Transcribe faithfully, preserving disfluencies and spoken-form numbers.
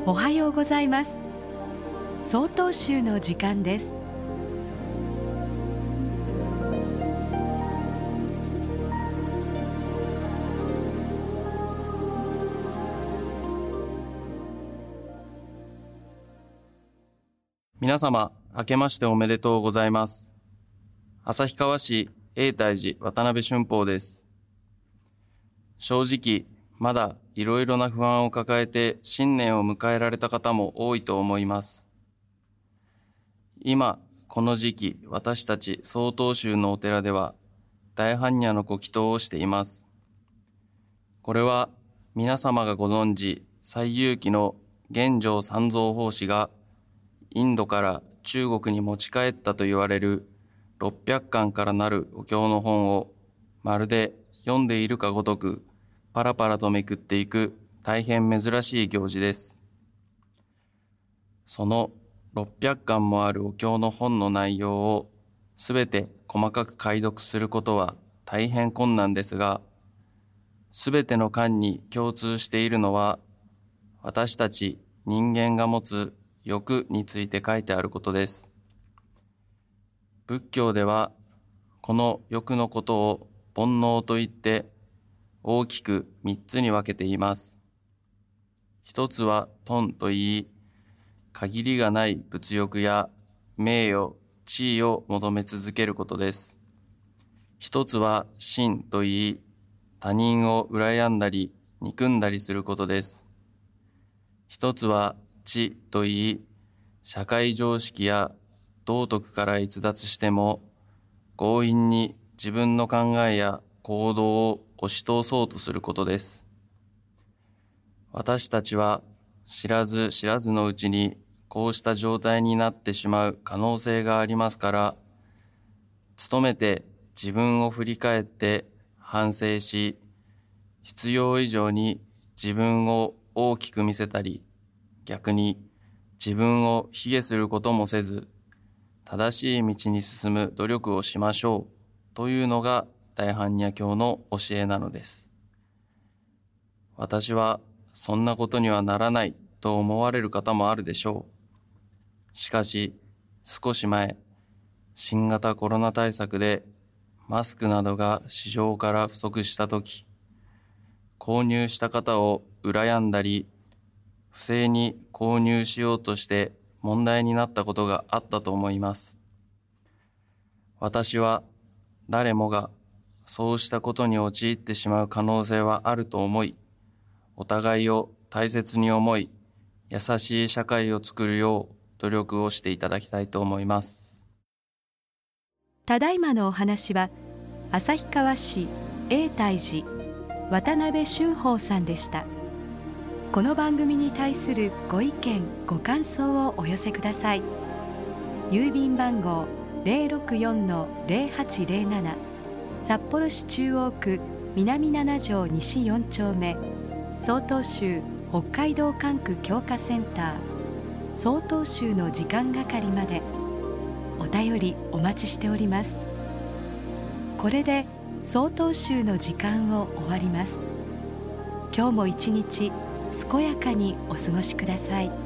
おはようございます。曹洞宗の時間です。 皆様、明けましておめでとうございます。旭川市永泰寺渡辺俊宝です。正直、まだいろいろな不安を抱えて新年を迎えられた方も多いと思います。今、この時期、私たち曹洞宗のお寺では大般若のご祈祷をしています。これは皆様がご存知、西遊記の玄奘三蔵法師がインドから中国に持ち帰ったと言われるろっぴゃっかんからなるお経の本をまるで読んでいるかごとくパラパラとめくっていく大変珍しい行事です。そのろっぴゃっかんもあるお経の本の内容をすべて細かく解読することは大変困難ですが、すべての巻に共通しているのは私たち人間が持つ欲について書いてあることです。仏教ではこの欲のことを煩悩といって大きく三つに分けています。一つは貪といい、限りがない物欲や名誉、地位を求め続けることです。一つは信といい、他人を羨んだり憎んだりすることです。一つは智といい、社会常識や道徳から逸脱しても強引に自分の考えや行動を押し通そうとすることです。私たちは知らず知らずのうちにこうした状態になってしまう可能性がありますから、努めて自分を振り返って反省し、必要以上に自分を大きく見せたり、逆に自分を卑下することもせず、正しい道に進む努力をしましょうというのが大般若経の教えなのです。私はそんなことにはならないと思われる方もあるでしょう。しかし少し前、新型コロナ対策でマスクなどが市場から不足したとき、購入した方を羨んだり、不正に購入しようとして問題になったことがあったと思います。私は誰もがそうしたことに陥ってしまう可能性はあると思い、お互いを大切に思い、優しい社会を作るよう努力をしていただきたいと思います。 ただいまのお話は旭川市永泰寺渡辺俊宝さんでした。この番組に対するご意見ご感想をお寄せください。郵便番号 ゼロろくよんのゼロはちゼロなな、 札幌市中央区南なな条西よん丁目、曹洞宗北海道管区強化センター曹洞宗の時間係までお便りお待ちしております。これで曹洞宗の時間を終わります。今日も一日健やかにお過ごしください。